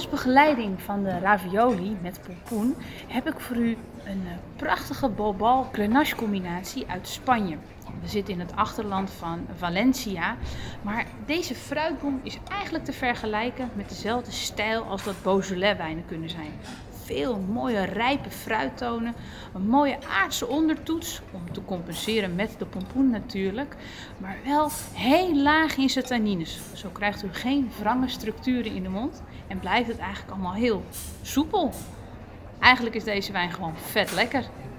Als begeleiding van de ravioli met pompoen heb ik voor u een prachtige bobal grenache combinatie uit Spanje. We zitten in het achterland van Valencia, maar deze fruitbom is eigenlijk te vergelijken met dezelfde stijl als dat Beaujolais wijnen kunnen zijn. Veel mooie rijpe fruittonen, een mooie aardse ondertoets om te compenseren met de pompoen natuurlijk, maar wel heel laag in zijn tannines. Zo krijgt u geen wrange structuren in de mond en blijft het eigenlijk allemaal heel soepel. Eigenlijk is deze wijn gewoon vet lekker.